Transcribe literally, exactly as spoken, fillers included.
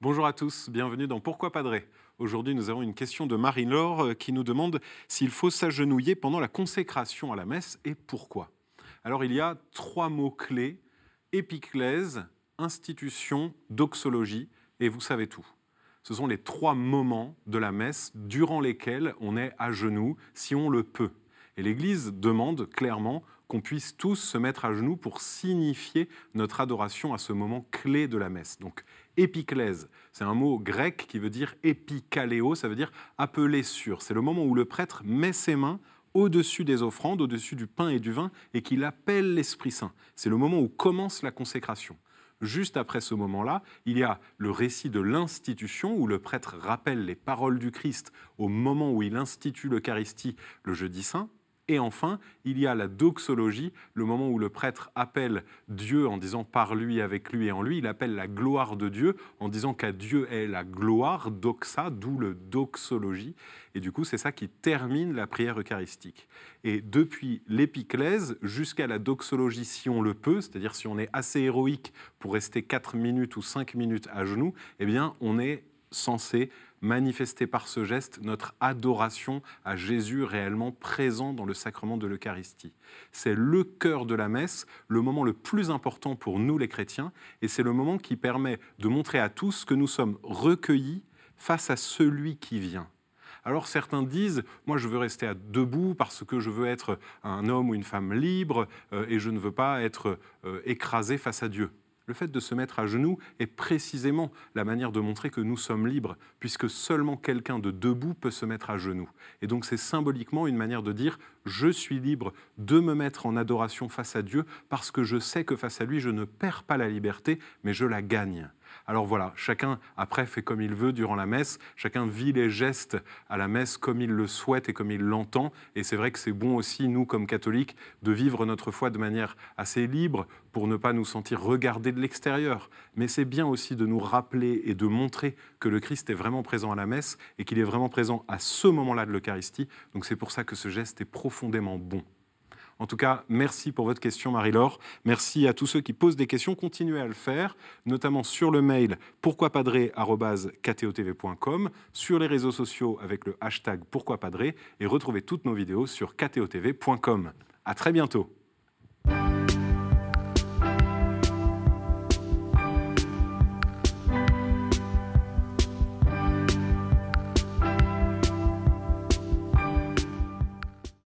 Bonjour à tous, bienvenue dans Pourquoi Padré. Aujourd'hui, nous avons une question de Marie-Laure qui nous demande s'il faut s'agenouiller pendant la consécration à la messe et pourquoi. Alors, il y a trois mots-clés, épiclèse, institution, doxologie, et vous savez tout. Ce sont les trois moments de la messe durant lesquels on est à genoux, si on le peut. Et l'Église demande clairement qu'on puisse tous se mettre à genoux pour signifier notre adoration à ce moment clé de la messe. Donc, épiclèse, c'est un mot grec qui veut dire épikaléo, ça veut dire appeler sur. C'est le moment où le prêtre met ses mains au-dessus des offrandes, au-dessus du pain et du vin, et qu'il appelle l'Esprit Saint. C'est le moment où commence la consécration. Juste après ce moment-là, il y a le récit de l'institution, où le prêtre rappelle les paroles du Christ au moment où il institue l'Eucharistie le jeudi saint. Et enfin, il y a la doxologie, le moment où le prêtre appelle Dieu en disant par lui, avec lui et en lui. Il appelle la gloire de Dieu en disant qu'à Dieu est la gloire, doxa, d'où le doxologie. Et du coup, c'est ça qui termine la prière eucharistique. Et depuis l'épiclèse jusqu'à la doxologie, si on le peut, c'est-à-dire si on est assez héroïque pour rester quatre minutes ou cinq minutes à genoux, eh bien, on est censé manifester par ce geste notre adoration à Jésus réellement présent dans le sacrement de l'Eucharistie. C'est le cœur de la messe, le moment le plus important pour nous les chrétiens, et c'est le moment qui permet de montrer à tous que nous sommes recueillis face à celui qui vient. Alors certains disent, moi je veux rester à debout parce que je veux être un homme ou une femme libre euh, et je ne veux pas être euh, écrasé face à Dieu. Le fait de se mettre à genoux est précisément la manière de montrer que nous sommes libres, puisque seulement quelqu'un de debout peut se mettre à genoux. Et donc c'est symboliquement une manière de dire « je suis libre de me mettre en adoration face à Dieu parce que je sais que face à lui, je ne perds pas la liberté, mais je la gagne ». Alors voilà, chacun après fait comme il veut durant la messe, chacun vit les gestes à la messe comme il le souhaite et comme il l'entend, et c'est vrai que c'est bon aussi, nous comme catholiques, de vivre notre foi de manière assez libre pour ne pas nous sentir regardés de l'extérieur. Mais c'est bien aussi de nous rappeler et de montrer que le Christ est vraiment présent à la messe et qu'il est vraiment présent à ce moment-là de l'Eucharistie, donc c'est pour ça que ce geste est profondément bon. En tout cas, merci pour votre question, Marie-Laure. Merci à tous ceux qui posent des questions. Continuez à le faire, notamment sur le mail pourquoipadré arobase k t o t v point com, sur les réseaux sociaux avec le hashtag pourquoipadré et retrouvez toutes nos vidéos sur k t o t v point com. À très bientôt.